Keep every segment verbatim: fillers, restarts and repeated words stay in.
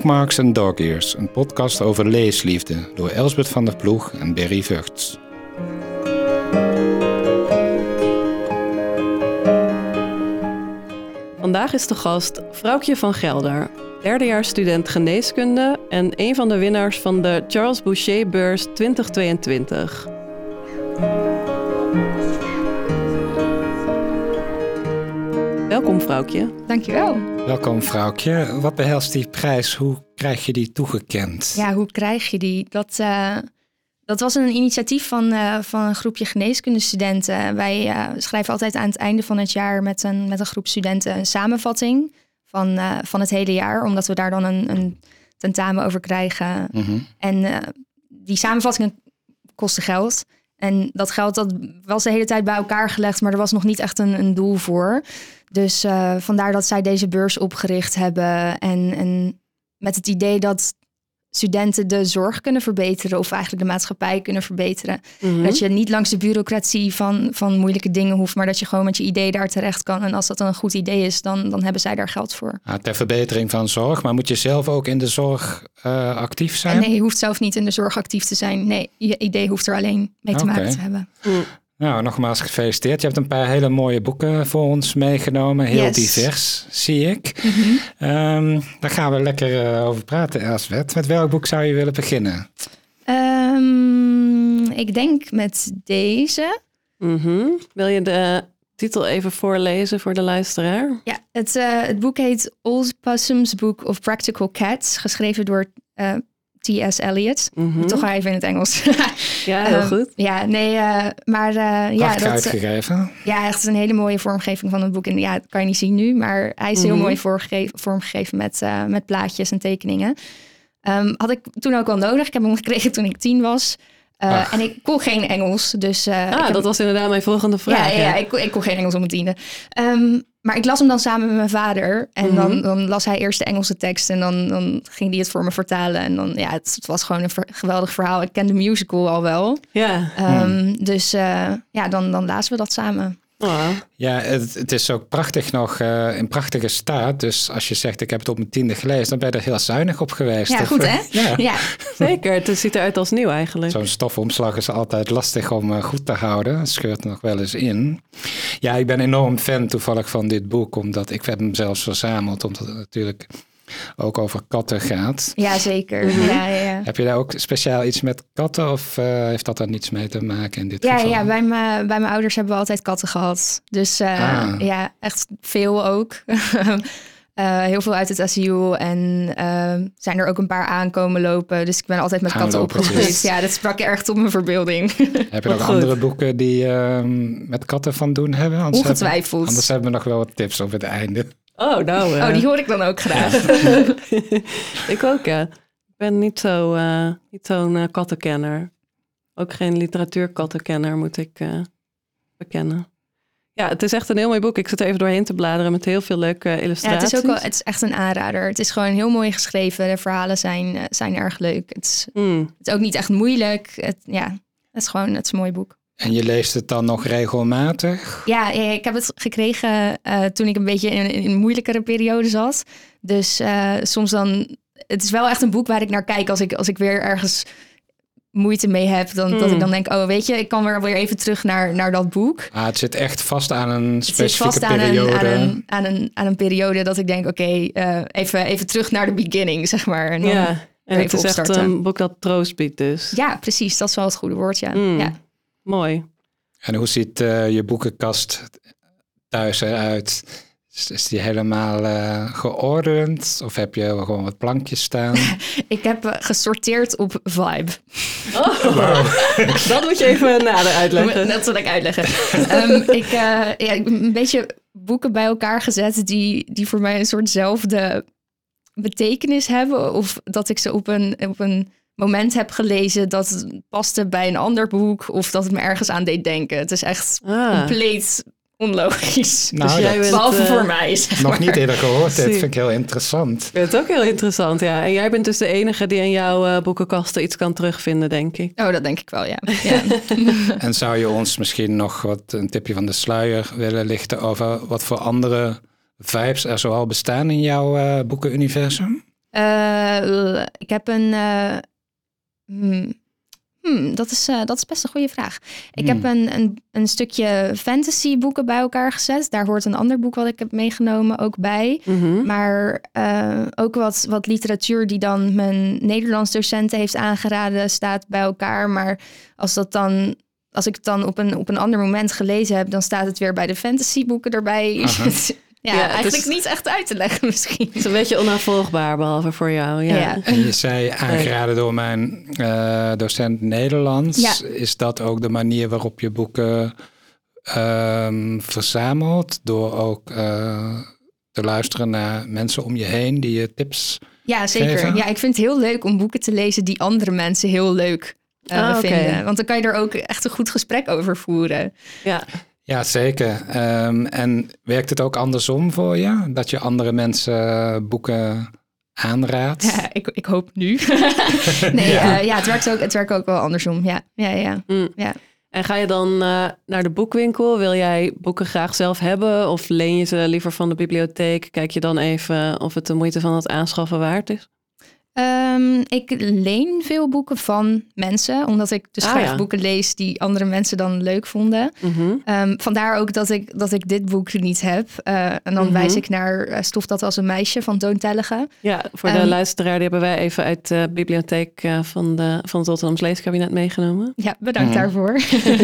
Bookmarks en Dog Ears, een podcast over leesliefde door Elsbeth van der Ploeg en Berry Vugts. Vandaag is de gast Vroukje van Gelder, derdejaarsstudent geneeskunde en een van de winnaars van de Charles Boucher-beurs twintig tweeëntwintig. Welkom, Vroukje. Dankjewel. Welkom, Vroukje. Wat behelst die prijs? Hoe krijg je die toegekend? Ja, hoe krijg je die? Dat, uh, dat was een initiatief van, uh, van een groepje geneeskundestudenten. Wij uh, schrijven altijd aan het einde van het jaar met een, met een groep studenten een samenvatting van, uh, van het hele jaar. Omdat we daar dan een, een tentamen over krijgen. Mm-hmm. En uh, die samenvattingen kosten geld. En dat geld dat was de hele tijd bij elkaar gelegd, maar er was nog niet echt een, een doel voor. Dus uh, vandaar dat zij deze beurs opgericht hebben. En, en met het idee dat studenten de zorg kunnen verbeteren of eigenlijk de maatschappij kunnen verbeteren. Mm-hmm. Dat je niet langs de bureaucratie van, van moeilijke dingen hoeft, maar dat je gewoon met je idee daar terecht kan. En als dat een goed idee is, dan, dan hebben zij daar geld voor. Ah, ter verbetering van zorg, maar moet je zelf ook in de zorg uh, actief zijn? En nee, je hoeft zelf niet in de zorg actief te zijn. Nee, je idee hoeft er alleen mee te okay. maken te hebben. Mm. Nou, nogmaals gefeliciteerd. Je hebt een paar hele mooie boeken voor ons meegenomen. Heel yes. divers, zie ik. Mm-hmm. Um, daar gaan we lekker uh, over praten, Elsbeth. Met welk boek zou je willen beginnen? Um, ik denk met deze. Mm-hmm. Wil je de titel even voorlezen voor de luisteraar? Ja, het, uh, het boek heet Old Possum's Book of Practical Cats. Geschreven door Uh, T S Eliot. Mm-hmm. Toch even in het Engels. Ja, heel um, goed. Ja, nee, uh, maar uh, ja, dat uitgegeven. Ja, echt een hele mooie vormgeving van het boek. En ja, dat kan je niet zien nu, maar hij is mm-hmm. heel mooi vormgegeven, vormgegeven met, uh, met plaatjes en tekeningen. Um, had ik toen ook al nodig. Ik heb hem gekregen toen ik tien was. Uh, en ik kon geen Engels, dus... Uh, ah, ik heb... dat was inderdaad mijn volgende vraag. Ja, ja, ja ik, kon, ik kon geen Engels om mijn tiende. Um, maar ik las hem dan samen met mijn vader. En mm-hmm. dan, dan las hij eerst de Engelse tekst en dan, dan ging hij het voor me vertalen. En dan, ja, het, het was gewoon een ver, geweldig verhaal. Ik ken de musical al wel. Ja. Um, mm. Dus uh, ja, dan, dan lazen we dat samen. Oh. Ja, het, het is ook prachtig nog uh, in prachtige staat. Dus als je zegt, ik heb het op mijn tiende gelezen, dan ben je er heel zuinig op geweest. Ja, of, goed hè? Ja. ja, zeker. Het ziet eruit als nieuw eigenlijk. Zo'n stofomslag is altijd lastig om uh, goed te houden. Het scheurt nog wel eens in. Ja, ik ben enorm fan toevallig van dit boek, omdat ik heb hem zelfs verzameld, omdat het natuurlijk ook over katten gaat. Ja, zeker. Mm-hmm. Ja, ja, ja. Heb je daar ook speciaal iets met katten of uh, heeft dat er niets mee te maken in dit ja, geval? Ja, bij, bij mijn ouders hebben we altijd katten gehad. Dus uh, ah. ja, echt veel ook. uh, heel veel uit het asiel en uh, zijn er ook een paar aankomen lopen. Dus ik ben altijd met katten opgegroeid. Ja, dat sprak echt op mijn verbeelding. Heb je nog goed. andere boeken die uh, met katten van doen hebben? Anders Ongetwijfeld. Hebben, anders hebben we nog wel wat tips op het einde. Oh, nou. Uh... Oh, die hoor ik dan ook graag. Ja. Ik ook, ja. Ik ben niet, zo, uh, niet zo'n uh, kattenkenner. Ook geen literatuurkattenkenner, moet ik uh, bekennen. Ja, het is echt een heel mooi boek. Ik zit er even doorheen te bladeren met heel veel leuke illustraties. Ja, het is ook wel, het is echt een aanrader. Het is gewoon heel mooi geschreven. De verhalen zijn, uh, zijn erg leuk. Het is, mm. het is ook niet echt moeilijk. Het, ja, het is gewoon het is een mooi boek. En je leest het dan nog regelmatig? Ja, ik heb het gekregen uh, toen ik een beetje in, in een moeilijkere periode zat. Dus uh, soms dan... Het is wel echt een boek waar ik naar kijk als ik, als ik weer ergens moeite mee heb. Dan, mm. Dat ik dan denk, oh weet je, ik kan weer even terug naar, naar dat boek. Ah, het zit echt vast aan een specifieke het zit vast periode. Aan een, aan, een, aan, een, aan een periode dat ik denk, oké, okay, uh, even, even terug naar de beginning, zeg maar. En dan ja, en het is opstarten. Echt een boek dat troost biedt dus. Ja, precies. Dat is wel het goede woord, ja. Mm. ja. Mooi. En hoe ziet uh, je boekenkast thuis eruit? Is, is die helemaal uh, geordend? Of heb je gewoon wat plankjes staan? Ik heb uh, gesorteerd op vibe. Oh, wow. Dat moet je even nader uitleggen. Dat zal ik uitleggen. um, ik, uh, ja, ik heb een beetje boeken bij elkaar gezet die, die voor mij een soortzelfde betekenis hebben. Of dat ik ze op een... Op een moment heb gelezen dat het paste bij een ander boek of dat het me ergens aan deed denken. Het is echt ah. compleet onlogisch. Nou, dus jij bent, behalve uh, voor mij. Zeg nog maar. Niet eerder gehoord. Dit vind ik heel interessant. Ik vind het ook heel interessant, ja. En jij bent dus de enige die in jouw uh, boekenkasten iets kan terugvinden, denk ik. Oh, dat denk ik wel, ja. ja. En zou je ons misschien nog wat een tipje van de sluier willen lichten over wat voor andere vibes er zoal bestaan in jouw uh, boekenuniversum? Uh, ik heb een... Uh, hmm, hmm, dat, is, uh, dat is best een goede vraag. Ik hmm. heb een, een, een stukje fantasy boeken bij elkaar gezet. Daar hoort een ander boek wat ik heb meegenomen ook bij. Mm-hmm. Maar uh, ook wat, wat literatuur die dan mijn Nederlands docenten heeft aangeraden staat bij elkaar. Maar als dat dan... Als ik het dan op een, op een ander moment gelezen heb, dan staat het weer bij de fantasyboeken erbij. Uh-huh. Ja, ja, eigenlijk is niet echt uit te leggen misschien. Het is een beetje onnavolgbaar, behalve voor jou. Ja. Ja. En je zei aangeraden door mijn uh, docent Nederlands. Ja. Is dat ook de manier waarop je boeken uh, verzamelt? Door ook uh, te luisteren naar mensen om je heen die je tips Ja, zeker. geven? Ja, ik vind het heel leuk om boeken te lezen die andere mensen heel leuk uh, ah, vinden. Okay. Want dan kan je er ook echt een goed gesprek over voeren. Ja. Ja, zeker. Um, en werkt het ook andersom voor je? Dat je andere mensen boeken aanraadt? Ja, ik, ik hoop nu. nee, ja, uh, ja het, werkt ook, het werkt ook wel andersom. Ja, ja, ja. Mm. ja. En ga je dan uh, naar de boekwinkel? Wil jij boeken graag zelf hebben? Of leen je ze liever van de bibliotheek? Kijk je dan even of het de moeite van het aanschaffen waard is? Um, ik leen veel boeken van mensen, omdat ik dus ah, graag ja. boeken lees die andere mensen dan leuk vonden. Mm-hmm. Um, vandaar ook dat ik, dat ik dit boek niet heb. Uh, en dan mm-hmm. wijs ik naar uh, Stof dat als een meisje van Toon Tellige. Ja, voor de um, luisteraar, die hebben wij even uit de bibliotheek uh, van, de, van het Rotterdams Leeskabinet meegenomen. Ja, bedankt mm-hmm. daarvoor.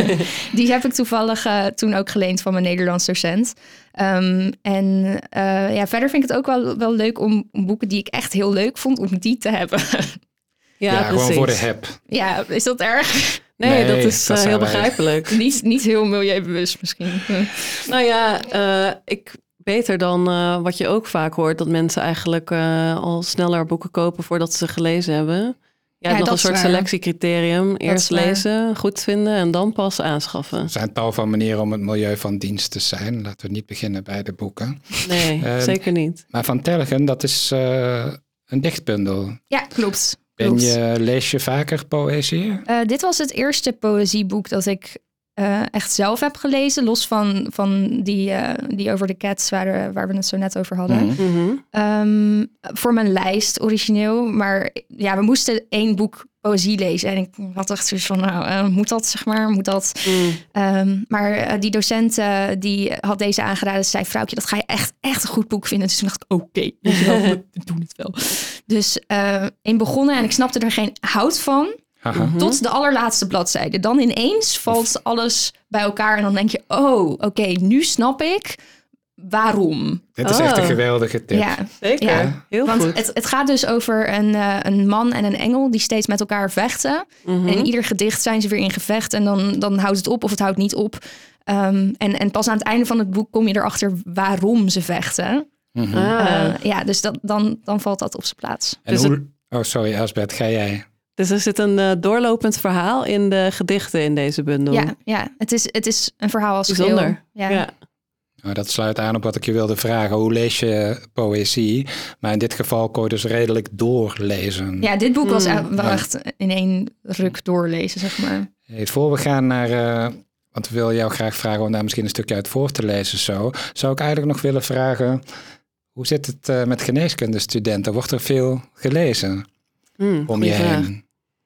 Die heb ik toevallig uh, toen ook geleend van mijn Nederlands docent. Um, en uh, ja, verder vind ik het ook wel, wel leuk om, om boeken die ik echt heel leuk vond, om die te hebben. Ja, ja gewoon voor de heb. Ja, is dat erg? Nee, nee dat is dat uh, heel begrijpelijk. niet, niet heel milieubewust misschien. Nou ja, uh, ik beter dan uh, wat je ook vaak hoort, dat mensen eigenlijk uh, al sneller boeken kopen voordat ze gelezen hebben. Ja, ja nog een soort waar. selectiecriterium. Eerst lezen, goed vinden en dan pas aanschaffen. Er zijn tal van manieren om het milieu van dienst te zijn. Laten we niet beginnen bij de boeken. Nee, uh, zeker niet. Maar Van Telligen, dat is uh, een dichtbundel. Ja, klopt. Ben klopt. je, lees je vaker poëzie? Uh, dit was het eerste poëzieboek dat ik uh, echt zelf heb gelezen. Los van, van die, uh, die over de cats waar, waar we het zo net over hadden. Mm-hmm. Um, voor mijn lijst origineel. Maar ja, we moesten één boek poëzie lezen. En ik had echt zoiets van, nou, uh, moet dat, zeg maar, moet dat? Mm. Um, maar uh, die docent uh, die had deze aangeraden. Ze zei, vrouwtje, dat ga je echt, echt een goed boek vinden. Dus toen dacht ik, oké, okay, we doen het wel. Dus uh, in begonnen en ik snapte er geen hout van. Aha. Tot de allerlaatste bladzijde. Dan ineens valt alles bij elkaar. En dan denk je, oh, oké, okay, nu snap ik waarom. Dit is oh. echt een geweldige tip. Ja, zeker. Ja. Heel Want goed. Het, het gaat dus over een, uh, een man en een engel die steeds met elkaar vechten. Mm-hmm. En in ieder gedicht zijn ze weer in gevecht. En dan, dan houdt het op of het houdt niet op. Um, en, en pas aan het einde van het boek kom je erachter waarom ze vechten. Mm-hmm. Uh, ja, dus dat, dan, dan valt dat op zijn plaats. En dus hoe... het... Oh, sorry, Elsbeth, ga jij... Dus er zit een uh, doorlopend verhaal in de gedichten in deze bundel. Ja, ja. Het, is, het is een verhaal als bijzonder. Geheel. Ja. Ja. Nou, dat sluit aan op wat ik je wilde vragen. Hoe lees je poëzie? Maar in dit geval kon je dus redelijk doorlezen. Ja, dit boek was hmm. wel echt in één ruk doorlezen, zeg maar. Hey, voor we gaan naar... Uh, want we willen jou graag vragen om daar misschien een stukje uit voor te lezen. Zo. Zou ik eigenlijk nog willen vragen... Hoe zit het uh, met geneeskundestudenten? Wordt er veel gelezen hmm, om je heen? Vraag.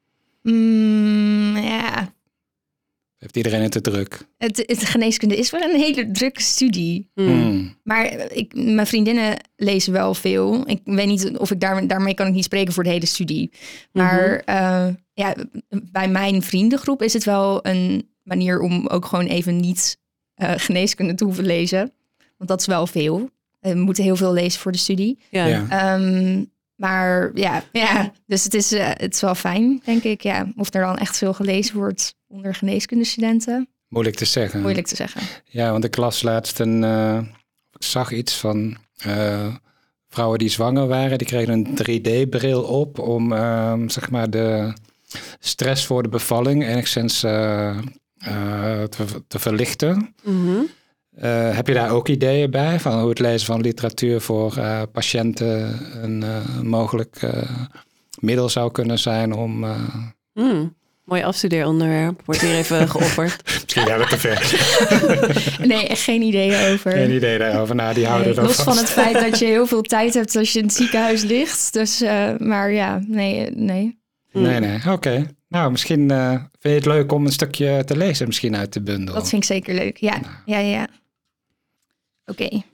Mm, ja. Heeft iedereen het te druk? Het, het geneeskunde is wel een hele drukke studie. Mm. Maar ik, mijn vriendinnen lezen wel veel. Ik weet niet of ik daar, daarmee kan ik niet spreken voor de hele studie. Maar mm-hmm. uh, ja, bij mijn vriendengroep is het wel een manier om ook gewoon even niet uh, geneeskunde te hoeven lezen. Want dat is wel veel. We moeten heel veel lezen voor de studie. Ja. ja. Um, Maar ja, ja, dus het is, uh, het is wel fijn, denk ik. Ja, of er dan echt veel gelezen wordt onder geneeskundestudenten. Moeilijk te zeggen. Moeilijk te zeggen. Ja, want ik las laatst een... Uh, ik zag iets van uh, vrouwen die zwanger waren. Die kregen een drie D-bril op om uh, zeg maar de stress voor de bevalling enigszins uh, uh, te, te verlichten. Mm-hmm. Uh, heb je daar ook ideeën bij van hoe het lezen van literatuur voor uh, patiënten een uh, mogelijk uh, middel zou kunnen zijn om... Uh... Mm. Mooi afstudeeronderwerp. Wordt hier even geopperd. Misschien hebben we te ver. Nee, echt geen idee over. Geen idee daarover. Nou, die houden Nee, er los vast. van het feit dat je heel veel tijd hebt als je in het ziekenhuis ligt. Dus, uh, maar ja, nee, nee. Nee, nee. Oké. Okay. Nou, misschien uh, vind je het leuk om een stukje te lezen misschien uit de bundel. Dat vind ik zeker leuk. Ja, nou. ja, ja. Oké. Okay.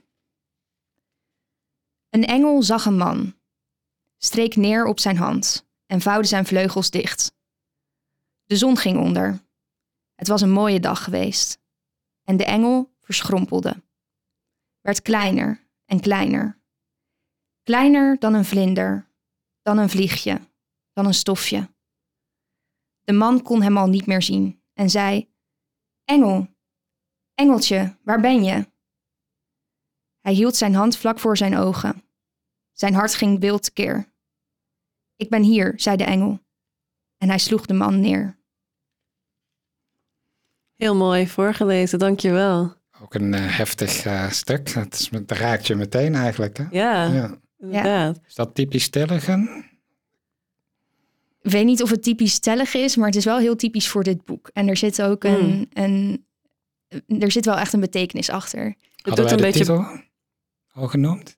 Een engel zag een man, streek neer op zijn hand en vouwde zijn vleugels dicht. De zon ging onder. Het was een mooie dag geweest. En de engel verschrompelde. Werd kleiner en kleiner. Kleiner dan een vlinder, dan een vliegje, dan een stofje. De man kon hem al niet meer zien en zei: Engel, engeltje, waar ben je? Hij hield zijn hand vlak voor zijn ogen. Zijn hart ging wild tekeer. Ik ben hier, zei de engel. En hij sloeg de man neer. Heel mooi voorgelezen, dankjewel. Ook een uh, heftig uh, stuk. Het, is, het raakt je meteen eigenlijk. Hè? Ja, ja, inderdaad. Is dat typisch stelligen? Ik weet niet of het typisch stellig is, maar het is wel heel typisch voor dit boek. En er zit ook een, mm. een er zit wel echt een betekenis achter. Het doet wij een de beetje titel al genoemd?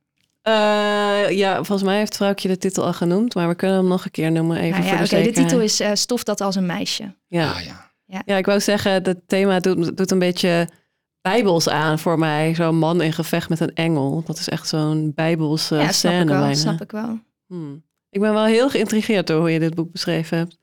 Uh, ja, volgens mij heeft Vrouwtje de titel al genoemd, maar we kunnen hem nog een keer noemen even nou ja, voor de okay, zekerheid. De titel is uh, Stof dat als een meisje. Ja. Ah, ja. Ja. ja, ik wou zeggen, het thema doet, doet een beetje bijbels aan voor mij. Zo'n man in gevecht met een engel. Dat is echt zo'n bijbelse ja, scène. Snap ik wel, bijna. snap ik wel. Hmm. Ik ben wel heel geïntrigeerd door hoe je dit boek beschreven hebt.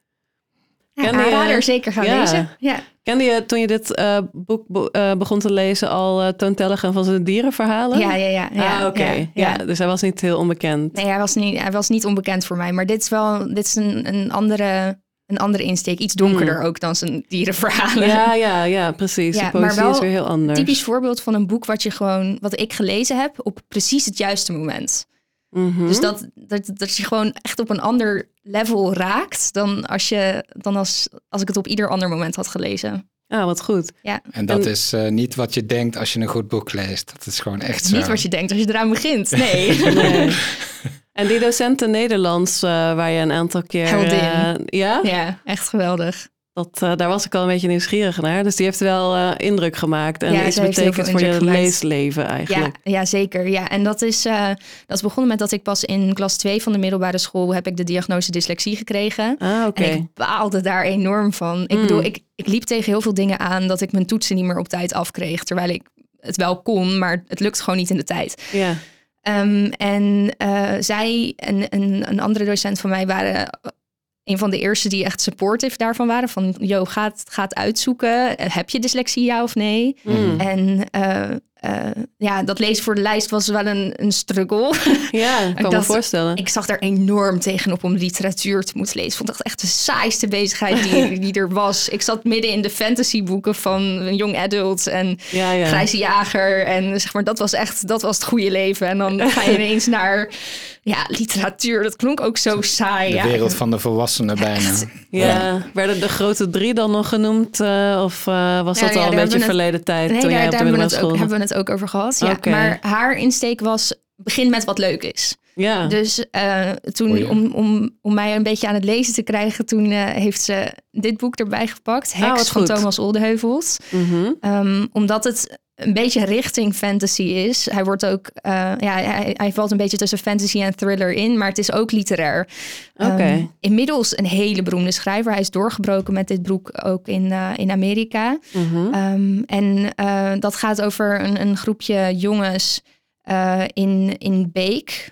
Ja, aanrader je, zeker gaan ja. lezen. Ja. Kende je toen je dit uh, boek be- uh, begon te lezen al uh, toontelligen van zijn dierenverhalen? Ja, ja, ja. ja ah, oké. Okay. Ja, ja. ja, dus hij was niet heel onbekend. Nee, hij was niet, hij was niet onbekend voor mij. Maar dit is wel dit is een, een, andere, een andere insteek. Iets donkerder mm. ook dan zijn dierenverhalen. Ja, ja, ja, precies. Ja, de poëzie is weer heel anders. Typisch voorbeeld van een boek wat je gewoon, wat ik gelezen heb op precies het juiste moment. Mm-hmm. Dus dat, dat, dat je gewoon echt op een ander level raakt dan als je dan als, als ik het op ieder ander moment had gelezen. Ah, wat goed. Ja. En dat en, is uh, niet wat je denkt als je een goed boek leest. Dat is gewoon echt zo. Niet wat je denkt als je eraan begint. Nee. nee. En die docenten Nederlands, uh, waar je een aantal keer... Heldin. Uh, ja? Ja, echt geweldig. Dat, uh, daar was ik al een beetje nieuwsgierig naar. Dus die heeft wel uh, indruk gemaakt. En ja, iets betekent voor je gemaakt. leesleven eigenlijk. Ja, ja zeker. Ja. En dat is, uh, dat is begonnen met dat ik pas in klas twee van de middelbare school... heb ik de diagnose dyslexie gekregen. Ah, oké. En ik baalde daar enorm van. Ik mm. bedoel, ik, ik liep tegen heel veel dingen aan... dat ik mijn toetsen niet meer op tijd afkreeg. Terwijl ik het wel kon, maar het lukt gewoon niet in de tijd. Ja. Um, en uh, zij en een, een andere docent van mij waren... een van de eerste die echt supportive daarvan waren. Van, yo, ga het, ga het uitzoeken. Heb je dyslexie, ja of nee? Mm. En uh, uh, ja, dat lezen voor de lijst was wel een, een struggle. Ja, ik kan me dacht, voorstellen. Ik zag er enorm tegenop om literatuur te moeten lezen. Ik vond het echt de saaiste bezigheid die, die er was. Ik zat midden in de fantasyboeken van Young Adult en ja, ja. Grijze Jager. En zeg maar, dat was echt, dat was het goede leven. En dan ga je ineens naar... Ja, literatuur, dat klonk ook zo saai. De ja. wereld van de volwassenen bijna. Ja, ja, werden de grote drie dan nog genoemd? Uh, of uh, was dat ja, al ja, een beetje verleden het, tijd? Nee, toen daar, jij op daar de hebben, we het ook, school... hebben we het ook over gehad. Ja. Okay. Maar haar insteek was, begin met wat leuk is. Ja. Dus uh, toen, oh ja. om, om, om mij een beetje aan het lezen te krijgen... toen uh, heeft ze dit boek erbij gepakt. Heks oh, van Thomas Oldeheuvels. Mm-hmm. Um, omdat het... een beetje richting fantasy is. Hij wordt ook, uh, ja, hij, hij valt een beetje tussen fantasy en thriller in, maar het is ook literair. Okay. Um, inmiddels een hele beroemde schrijver. Hij is doorgebroken met dit boek ook in, uh, in Amerika. Mm-hmm. Um, en uh, dat gaat over een, een groepje jongens uh, in, in Beek,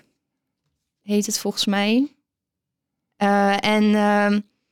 heet het volgens mij. Uh, en uh,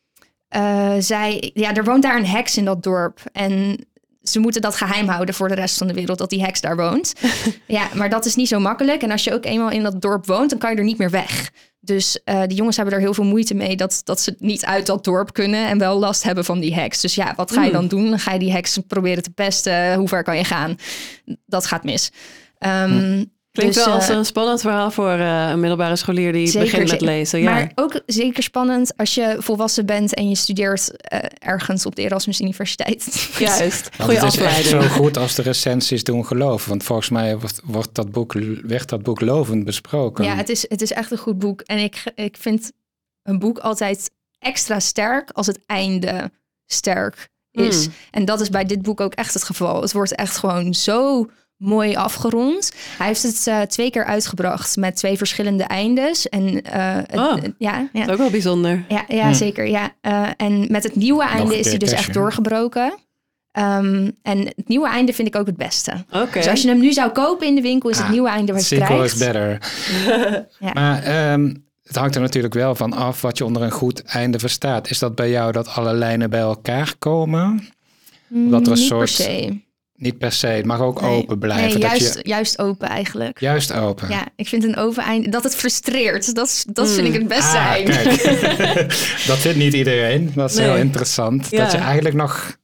uh, zij, ja, er woont daar een heks in dat dorp en ze moeten dat geheim houden voor de rest van de wereld, dat die heks daar woont. Ja, maar dat is niet zo makkelijk. En als je ook eenmaal in dat dorp woont, dan kan je er niet meer weg. Dus uh, die jongens hebben er heel veel moeite mee dat, dat ze niet uit dat dorp kunnen en wel last hebben van die heks. Dus ja, wat ga je dan doen? Dan ga je die heks proberen te pesten. Hoe ver kan je gaan? Dat gaat mis. Um, Klinkt dus, wel als uh, een spannend verhaal voor uh, een middelbare scholier die zeker, begint met lezen. Ja. Maar ook zeker spannend als je volwassen bent en je studeert uh, ergens op de Erasmus Universiteit. Juist, goede afleiding. Het is echt zo goed als de recensies doen geloven. Want volgens mij wordt, wordt dat boek, werd dat boek lovend besproken. Ja, het is, het is echt een goed boek. En ik, ik vind een boek altijd extra sterk als het einde sterk is. Mm. En dat is bij dit boek ook echt het geval. Het wordt echt gewoon zo mooi afgerond. Hij heeft het uh, twee keer uitgebracht met twee verschillende eindes. En uh, het, Oh, het- ja, ja. Dat is ook wel bijzonder. Ja, ja Hmm. zeker. Ja. Uh, en met het nieuwe einde een is hij keer dus cashen. echt doorgebroken. Um, en het nieuwe einde vind ik ook het beste. Oké. Dus als je hem nu zou kopen in de winkel, is het Ah, nieuwe einde wat je Sequel is krijgt. better. Ja. Maar ehm, het hangt er natuurlijk wel van af wat je onder een goed einde verstaat. Is dat bij jou dat alle lijnen bij elkaar komen? Mm, dat er een niet soort- per se. Niet per se, het mag ook Nee. open blijven. Nee, dat juist, je, juist open eigenlijk. juist open. Ja, ik vind een open einde, dat het frustreert. Dat, is- dat Mm. vind ik het beste Ah, einde. kijk. Dat vindt niet iedereen. Dat is Nee. heel interessant. Ja. Dat je eigenlijk nog...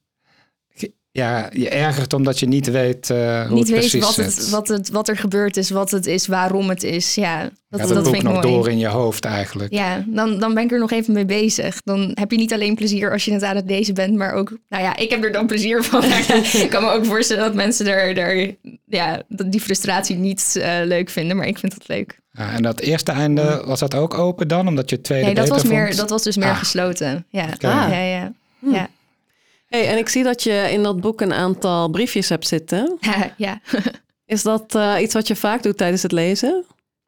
Ja, je ergert omdat je niet weet uh, hoe Niet het weet precies wat, zit. het, wat, het, wat er gebeurd is, wat het is, waarom het is. Ja, dat, Gaat dat het boek vind ik nog mooi. door in je hoofd eigenlijk. Ja, dan, dan ben ik er nog even mee bezig. Dan heb je niet alleen plezier als je het aan het lezen bent, maar ook... Nou ja, ik heb er dan plezier van. Ik kan me ook voorstellen dat mensen er, er, ja, die frustratie niet uh, leuk vinden, maar ik vind het leuk. Ja, en dat eerste einde, was dat ook open dan? Omdat je het tweede Nee, dat beter was, meer, vond? dat was dus meer Ah. gesloten. Ja, Oké. ja, ja. Hm. ja. Hey, en ik zie dat je in dat boek een aantal briefjes hebt zitten. ja. ja. Is dat uh, iets wat je vaak doet tijdens het lezen?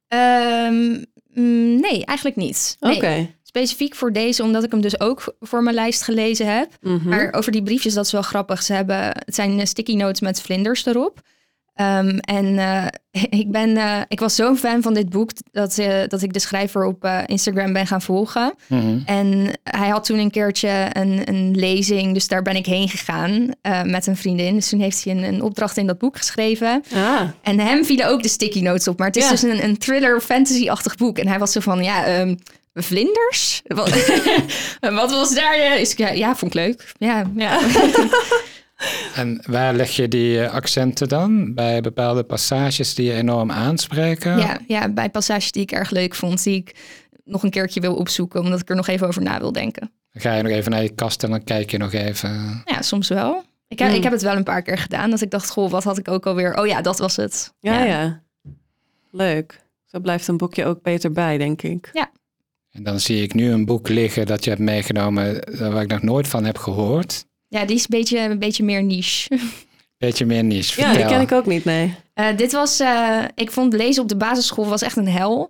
Um, mm, nee, eigenlijk niet. Oké. Nee. Okay. Specifiek voor deze, omdat ik hem dus ook voor mijn lijst gelezen heb. Mm-hmm. Maar over die briefjes, dat is wel grappig. Ze hebben, het zijn sticky notes met vlinders erop. Um, en uh, ik, ben, uh, ik was zo'n fan van dit boek dat, uh, dat ik de schrijver op uh, Instagram ben gaan volgen. Mm-hmm. En hij had toen een keertje een, een lezing, dus daar ben ik heen gegaan uh, met een vriendin. Dus toen heeft hij een, een opdracht in dat boek geschreven. Ah. En hem vielen ook de sticky notes op. Maar het is Ja. dus een, een thriller fantasy-achtig boek. En hij was zo van, ja, um, vlinders? Wat, wat was daar? Is, ja, ja, vond ik leuk. Ja, ja. En waar leg je die uh, accenten dan? Bij bepaalde passages die je enorm aanspreken? Ja, ja, bij passages die ik erg leuk vond, die ik nog een keertje wil opzoeken, omdat ik er nog even over na wil denken. Dan ga je nog even naar je kast en dan kijk je nog even. Ja, soms wel. Ik heb, Mm. ik heb het wel een paar keer gedaan, dat ik dacht, goh, wat had ik ook alweer? Oh ja, dat was het. Ja, ja. ja. Leuk. Zo blijft een boekje ook beter bij, denk ik. En dan zie ik nu een boek liggen dat je hebt meegenomen waar ik nog nooit van heb gehoord. Ja, die is een beetje, een beetje meer niche. Beetje meer niche. Ja, Vertel. die ken ik ook niet, nee. Uh, dit was, uh, ik vond lezen op de basisschool was echt een hel.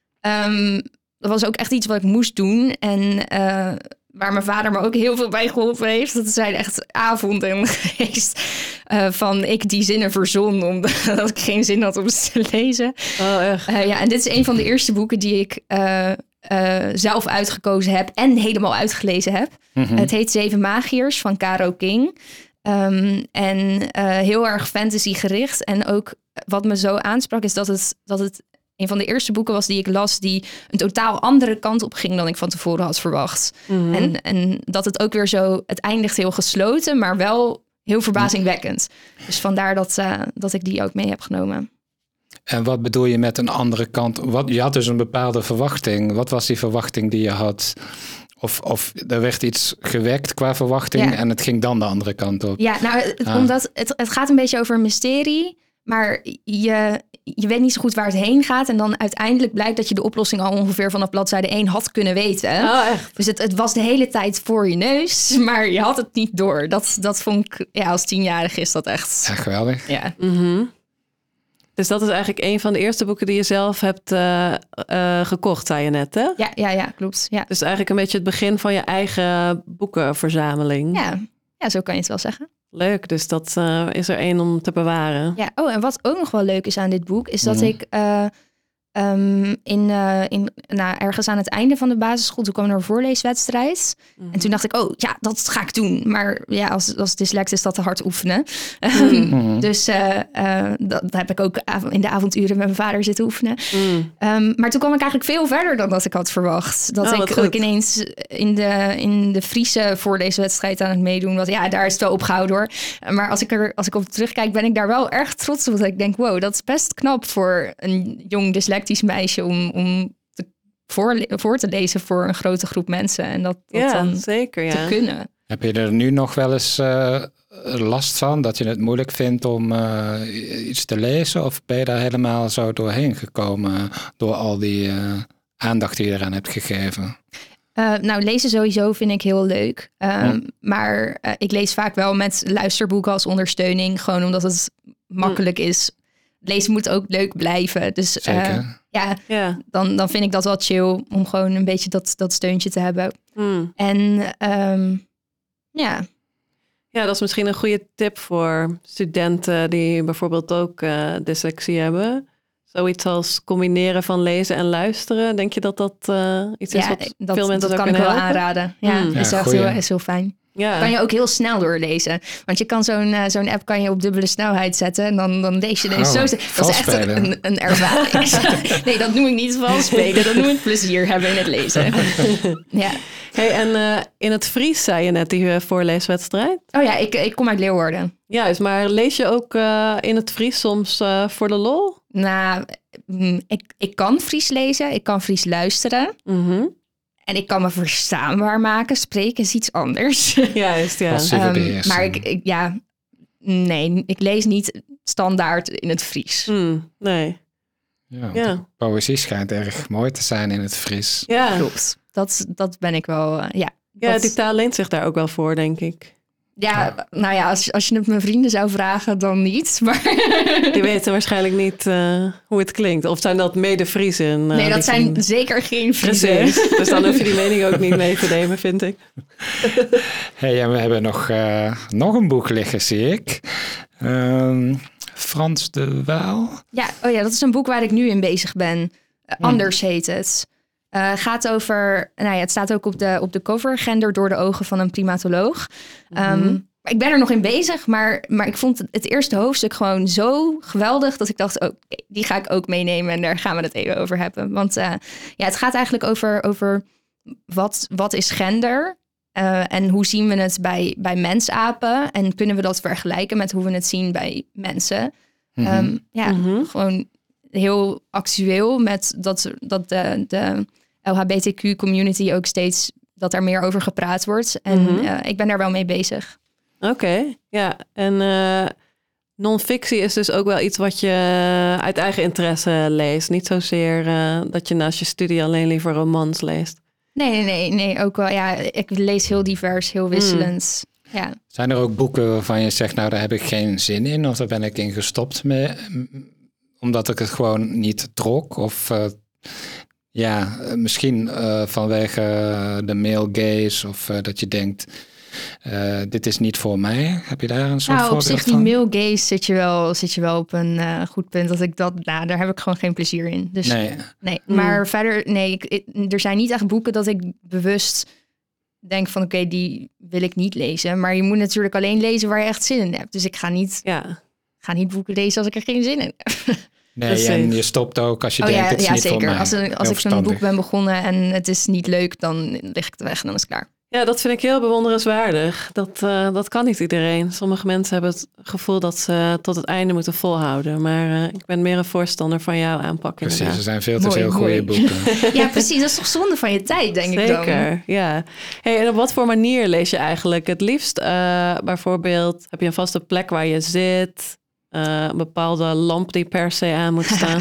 Um, dat was ook echt iets wat ik moest doen. En uh, waar mijn vader me ook heel veel bij geholpen heeft. Dat zijn echt avonden geweest uh, van ik die zinnen verzon omdat ik geen zin had om ze te lezen. Oh, echt? Uh, ja, en dit is een van de eerste boeken die ik uh, uh, zelf uitgekozen heb en helemaal uitgelezen heb. Mm-hmm. Het heet Zeven Magiërs van Caro King. Um, en uh, heel erg fantasy gericht. En ook wat me zo aansprak is dat het, dat het een van de eerste boeken was die ik las die een totaal andere kant op ging dan ik van tevoren had verwacht. Mm-hmm. En, en dat het ook weer zo, het eindigt heel gesloten, maar wel heel verbazingwekkend. Dus vandaar dat, uh, dat ik die ook mee heb genomen. En wat bedoel je met een andere kant? Wat, je had dus een bepaalde verwachting. Wat was die verwachting die je had? Of, of er werd iets gewekt qua verwachting Ja. en het ging dan de andere kant op. Ja, nou, het, Ah. omdat het, het gaat een beetje over een mysterie, maar je, je weet niet zo goed waar het heen gaat. En dan uiteindelijk blijkt dat je de oplossing al ongeveer vanaf bladzijde één had kunnen weten. Oh, echt? Dus het, het was de hele tijd voor je neus, maar je had het niet door. Dat, dat vond ik, ja, als tienjarige is dat echt, Ja, geweldig. ja. Mm-hmm. Dus dat is eigenlijk een van de eerste boeken die je zelf hebt uh, uh, gekocht, zei je net, hè? Ja, ja, ja, klopt. Ja. Dus eigenlijk een beetje het begin van je eigen boekenverzameling. Ja. ja, zo kan je het wel zeggen. Leuk, dus dat uh, is er één om te bewaren. Ja, oh, en wat ook nog wel leuk is aan dit boek, is dat Mhm. ik uh, um, in, uh, in, nou, ergens aan het einde van de basisschool, toen kwam er een voorleeswedstrijd. Mm-hmm. En toen dacht ik, oh ja, dat ga ik doen. Maar ja, als, als dyslect is dat te hard oefenen. Mm. Dus uh, uh, dat, dat heb ik ook in de avonturen met mijn vader zitten oefenen. Mm. Um, maar toen kwam ik eigenlijk veel verder dan dat ik had verwacht. Dat Oh, wat ik goed. ook ineens in de, in de Friese voorleeswedstrijd aan het meedoen was. Ja, daar is het wel opgehouden hoor. Maar als ik er als ik op terugkijk, ben ik daar wel erg trots op. Dat ik denk, wow, dat is best knap voor een jong dyslectisch meisje om, om te voor, voor te lezen voor een grote groep mensen. En dat, dat Ja, dan zeker, ja. te kunnen. Heb je er nu nog wel eens uh, last van? Dat je het moeilijk vindt om uh, iets te lezen? Of ben je daar helemaal zo doorheen gekomen door al die uh, aandacht die je eraan hebt gegeven? Uh, nou, lezen sowieso vind ik heel leuk. Um, Ja. Maar uh, ik lees vaak wel met luisterboeken als ondersteuning. Gewoon omdat het makkelijk is. Lezen moet ook leuk blijven. Dus Zeker. Uh, ja, Ja. dan, dan vind ik dat wel chill om gewoon een beetje dat, dat steuntje te hebben. Mm. En um, ja... Ja, dat is misschien een goede tip voor studenten die bijvoorbeeld ook uh, dyslexie hebben. Zoiets als combineren van lezen en luisteren. Denk je dat dat uh, iets ja, is wat dat, veel mensen dat zou kan ik kunnen wel helpen? aanraden. Ja, Mm. is Ja, echt goeie. heel, is heel fijn. Ja. Kan je ook heel snel doorlezen. Want je kan zo'n, uh, zo'n app kan je op dubbele snelheid zetten. En dan, dan lees je ineens Oh, zo. Dat is echt valspelen. een, een ervaring. Nee, dat noem ik niet vals spelen. Dat noem ik plezier hebben in het lezen. Ja. Hey, en uh, in het Fries zei je net die uh, voorleeswedstrijd. Oh ja, ik, ik kom uit Leeuwarden. Juist, maar lees je ook uh, in het Fries soms uh, voor de lol? Nou, mm, ik, ik kan Fries lezen. Ik kan Fries luisteren. Mm-hmm. En ik kan me verstaanbaar maken. Spreken is iets anders. Juist, ja. Passieve Um, beheersing. maar ik, ik, ja, nee, ik lees niet standaard in het Fries. Mm, nee. Ja, Ja. Poëzie schijnt erg mooi te zijn in het Fries. Ja. Klopt. Dat, dat ben ik wel, uh, ja. Ja, dat, die taal leent zich daar ook wel voor, denk ik. ja, nou ja, als, als je het mijn vrienden zou vragen, dan niet. Maar Die weten waarschijnlijk niet uh, hoe het klinkt. Of zijn dat mede-Friezen? Uh, nee, die dat zijn vrienden? zeker geen Friesen. Precies. Dus dan hoef je die mening ook niet mee te nemen, vind ik. Hey, en we hebben nog, uh, nog een boek liggen, zie ik. Um, Frans de Waal. Ja, oh ja, dat is een boek waar ik nu in bezig ben. Uh, Anders heet het. Uh, gaat over, nou ja, het staat ook op de, op de cover, gender door de ogen van een primatoloog. Um, Mm-hmm. Ik ben er nog in bezig, maar, maar ik vond het, het eerste hoofdstuk gewoon zo geweldig dat ik dacht, oh, okay, die ga ik ook meenemen en daar gaan we het even over hebben. Want uh, ja, het gaat eigenlijk over, over wat, wat is gender uh, en hoe zien we het bij, bij mensapen en kunnen we dat vergelijken met hoe we het zien bij mensen. Mm-hmm. Um, ja, Mm-hmm. gewoon heel actueel met dat, dat de, de L H B T Q community ook steeds, dat er meer over gepraat wordt. En Mm-hmm. uh, ik ben daar wel mee bezig. Oké, okay, ja. En uh, non-fictie is dus ook wel iets wat je uit eigen interesse leest. Niet zozeer uh, dat je naast je studie alleen liever romans leest. Nee, nee, nee, nee, ook wel. Ja, ik lees heel divers, heel wisselend. Mm. Ja. Zijn er ook boeken waarvan je zegt, nou daar heb ik geen zin in of daar ben ik in gestopt mee, omdat ik het gewoon niet trok? Of uh, ja, misschien uh, vanwege de male gaze of uh, dat je denkt, Uh, dit is niet voor mij. Heb je daar een soort nou, voorbeeld op zich van? die male gaze zit je wel, zit je wel op een uh, goed punt. Dat ik dat, nou, daar heb ik gewoon geen plezier in. Dus nee. nee. Mm. Maar verder, nee, ik, ik, er zijn niet echt boeken dat ik bewust denk van, oké, okay, die wil ik niet lezen. Maar je moet natuurlijk alleen lezen waar je echt zin in hebt. Dus ik ga niet, ja. ga niet boeken lezen als ik er geen zin in heb. Nee, en je stopt ook als je oh, denkt, ja, het is ja, niet zeker. voor mij. Als, een, als ik zo'n boek ben begonnen en het is niet leuk, dan lig ik het weg en dan is het klaar. Ja, dat vind ik heel bewonderenswaardig. Dat, uh, dat kan niet iedereen. Sommige mensen hebben het gevoel dat ze tot het einde moeten volhouden. Maar uh, ik ben meer een voorstander van jouw aanpak. Precies, inderdaad. er zijn veel te mooi, veel goede boeken. Ja, precies. Dat is toch zonde van je tijd, denk Zeker, ik dan. Zeker, ja. Hey, en op wat voor manier lees je eigenlijk het liefst? Uh, bijvoorbeeld, heb je een vaste plek waar je zit? Uh, een bepaalde lamp die per se aan moet staan?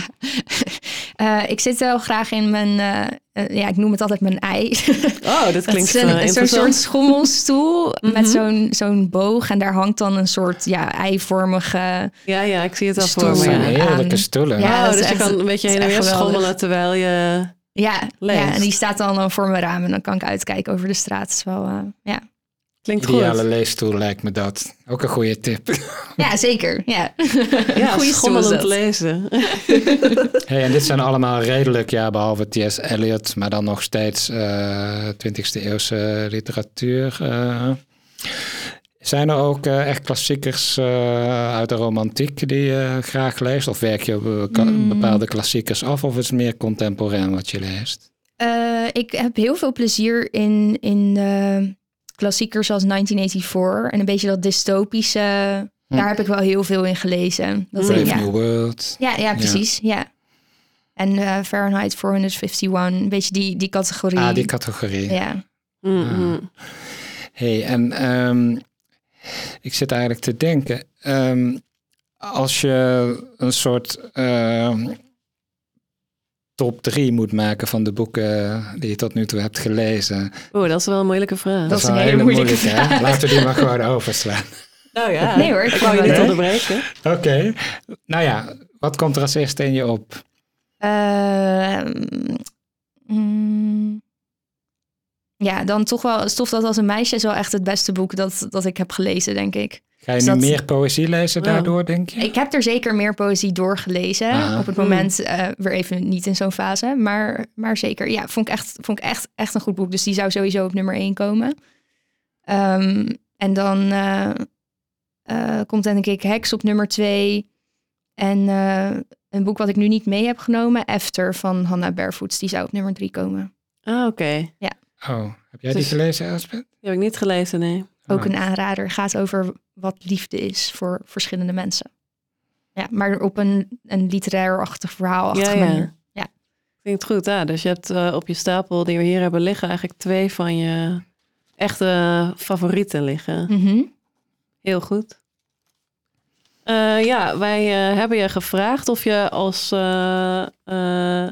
uh, ik zit wel graag in mijn, uh, uh, ja, ik noem het altijd mijn ei. Oh, dat klinkt dat is een, uh, zo'n soort schommelstoel mm-hmm. met zo'n, zo'n boog. En daar hangt dan een soort ja, eivormige Ja, ja, ik zie het al stoel voor me. Dat zijn Ja. heerlijke stoelen. Ja, Ja, dat is dus je echt- kan een beetje heen en echt weer geweldig. schommelen terwijl je... Ja, leest. ja, en die staat dan, dan voor mijn raam. En dan kan ik uitkijken over de straat. Dat is wel, uh, ja. Klinkt Ideale goed. leesstoel lijkt me dat. Ook een goede tip. ja, zeker. Ja, Ja, Goeie stoel is schommelend dat. lezen. Hey, en dit zijn allemaal redelijk, ja, behalve T S. Eliot, maar dan nog steeds uh, twintigste eeuwse literatuur. Uh, zijn er ook uh, echt klassiekers uh, uit de romantiek die je graag leest? Of werk je op uh, ka- Mm. bepaalde klassiekers af? Of is het meer contemporain wat je leest? Uh, ik heb heel veel plezier in, in uh, klassiekers als negentien eenennegentig en een beetje dat dystopische. Hm. Daar heb ik wel heel veel in gelezen. Dat Brave ik, ja. New World. Ja, ja, precies. Ja. Ja. En uh, Fahrenheit vierhonderdeenenvijftig, een beetje die, die categorie. Ah, die categorie. Ja. Mm-hmm. Hey, en um, ik zit eigenlijk te denken, um, als je een soort uh, top drie moet maken van de boeken die je tot nu toe hebt gelezen. Oeh, dat is wel een moeilijke vraag. Dat is een hele moeilijke vraag. Hè? Laten we die maar gewoon overslaan. Nou ja, nee hoor, ik ik wou je wel. niet onderbreken. Oké, okay. Nou ja, wat komt er als eerste in je op? Uh, mm, ja, dan toch wel Stof dat als een meisje is wel echt het beste boek dat, dat ik heb gelezen, denk ik. Ga je dus nu dat, meer poëzie lezen daardoor, oh. denk je? Ik heb er zeker meer poëzie doorgelezen. Ah. Op het moment uh, weer even niet in zo'n fase. Maar, maar zeker, ja, vond ik, echt, vond ik echt, echt een goed boek. Dus die zou sowieso op nummer één komen. Um, en dan uh, uh, komt denk ik Heks op nummer twee. En uh, een boek wat ik nu niet mee heb genomen, After van Hannah Barefoots. Die zou op nummer drie komen. Ah, oké. Okay. Ja. Oh, heb jij dus, die gelezen, Elspeth? Die heb ik niet gelezen, nee. Ook oh. een aanrader. Gaat over wat liefde is voor verschillende mensen. Ja, maar op een, een literair-achtig verhaal-achtige ja, ja. manier. Ja. Klinkt goed, ja. Dus je hebt uh, op je stapel die we hier hebben liggen eigenlijk twee van je echte favorieten liggen. Mm-hmm. Heel goed. Uh, ja, wij uh, hebben je gevraagd of je als, uh, uh,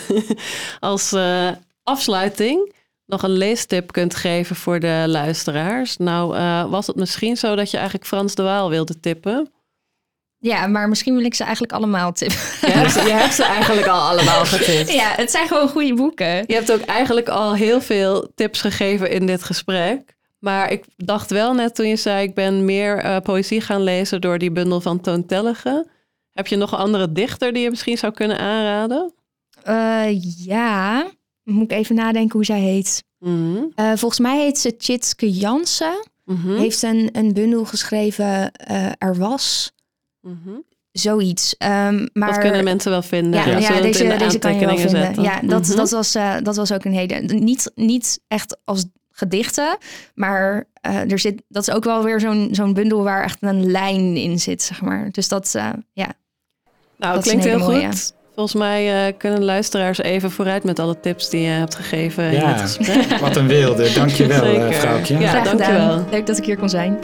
als uh, afsluiting nog een leestip kunt geven voor de luisteraars. Nou, uh, was het misschien zo dat je eigenlijk Frans de Waal wilde tippen? Ja, maar misschien wil ik ze eigenlijk allemaal tippen. Je hebt ze, je hebt ze eigenlijk al allemaal getipt. Ja, het zijn gewoon goede boeken. Je hebt ook eigenlijk al heel veel tips gegeven in dit gesprek. Maar ik dacht wel net toen je zei, ik ben meer uh, poëzie gaan lezen door die bundel van Toon Tellegen. Heb je nog een andere dichter die je misschien zou kunnen aanraden? Uh, ja, moet ik even nadenken hoe zij heet. Mm-hmm. Uh, volgens mij heet ze Tjitske Jansen. Mm-hmm. Heeft een, een bundel geschreven, uh, Er was... Mm-hmm. Zoiets. Um, maar... Dat kunnen mensen wel vinden. Ja, ja, ja deze, de deze kan je wel vinden. Zetten. Ja, dat, mm-hmm. dat, was, uh, dat was ook een hele... Niet, niet echt als gedichten, maar uh, er zit, dat is ook wel weer zo'n, zo'n bundel waar echt een lijn in zit, zeg maar. Dus dat, uh, ja. Nou, dat klinkt heel mooie. goed. Volgens mij uh, kunnen de luisteraars even vooruit met alle tips die je hebt gegeven ja, in het gesprek. Wat een wilde. Dankjewel, uh, vrouwtje. Ja, Graag dankjewel. gedaan. Leuk dat ik hier kon zijn.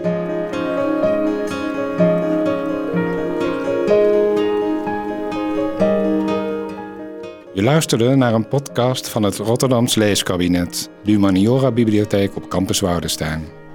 Je luisterde naar een podcast van het Rotterdams Leeskabinet, de Humaniora Bibliotheek op Campus Woudenstein.